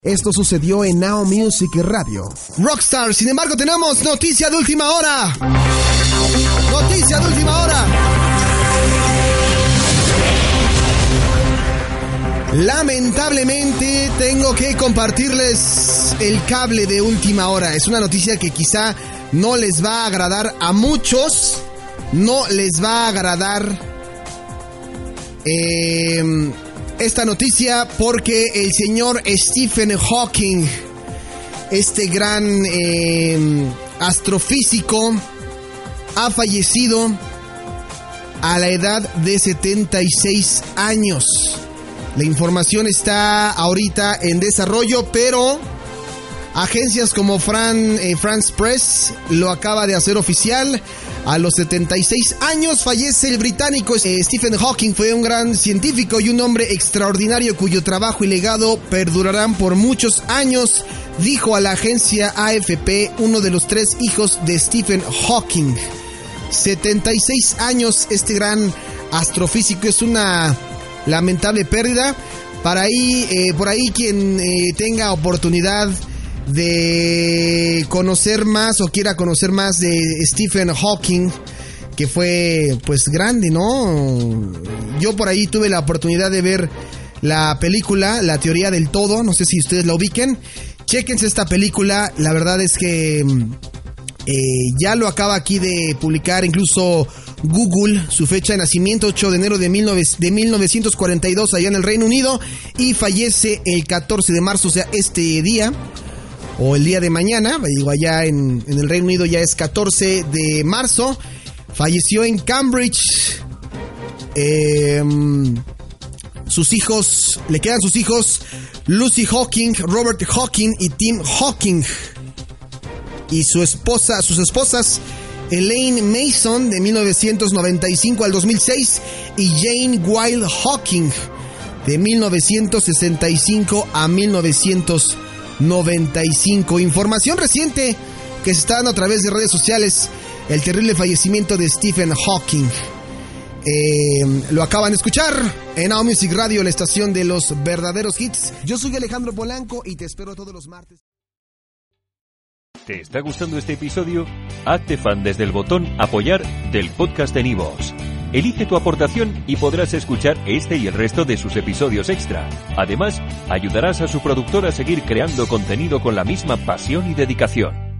Esto sucedió en Now Music Radio. Rockstar, sin embargo, tenemos noticia de última hora. Noticia de última hora. Lamentablemente tengo que compartirles el cable de última hora. Es una noticia que quizá no les va a agradar a muchos. No les va a agradar esta noticia porque el señor Stephen Hawking, este gran astrofísico, ha fallecido a la edad de 76 años. La información está ahorita en desarrollo, pero agencias como France Press lo acaba de hacer oficial. A los 76 años fallece el británico. Stephen Hawking fue un gran científico y un hombre extraordinario cuyo trabajo y legado perdurarán por muchos años, dijo a la agencia AFP uno de los 3 hijos de Stephen Hawking. 76 años, este gran astrofísico, es una lamentable pérdida. Por ahí quien tenga oportunidad de conocer más o quiera conocer más de Stephen Hawking, que fue pues grande, ¿no? Yo por ahí tuve la oportunidad de ver la película La teoría del todo, no sé si ustedes la ubiquen. Chéquense esta película, la verdad es que ya lo acaba aquí de publicar incluso Google, su fecha de nacimiento 8 de enero de 1942 allá en el Reino Unido, y fallece el 14 de marzo, o sea, este día o el día de mañana, digo, allá en el Reino Unido ya es 14 de marzo. Falleció en Cambridge. Sus hijos, le quedan sus hijos Lucy Hawking, Robert Hawking y Tim Hawking, y sus esposas Elaine Mason de 1995 al 2006 y Jane Wilde Hawking de 1965 a 1995. Información reciente que se está dando a través de redes sociales: el terrible fallecimiento de Stephen Hawking. Lo acaban de escuchar en Now Music Radio, la estación de los verdaderos hits. Yo soy Alejandro Polanco y te espero todos los martes. ¿Te está gustando este episodio? Hazte fan desde el botón Apoyar del podcast de Nivos. Elige tu aportación y podrás escuchar este y el resto de sus episodios extra. Además, ayudarás a su productor a seguir creando contenido con la misma pasión y dedicación.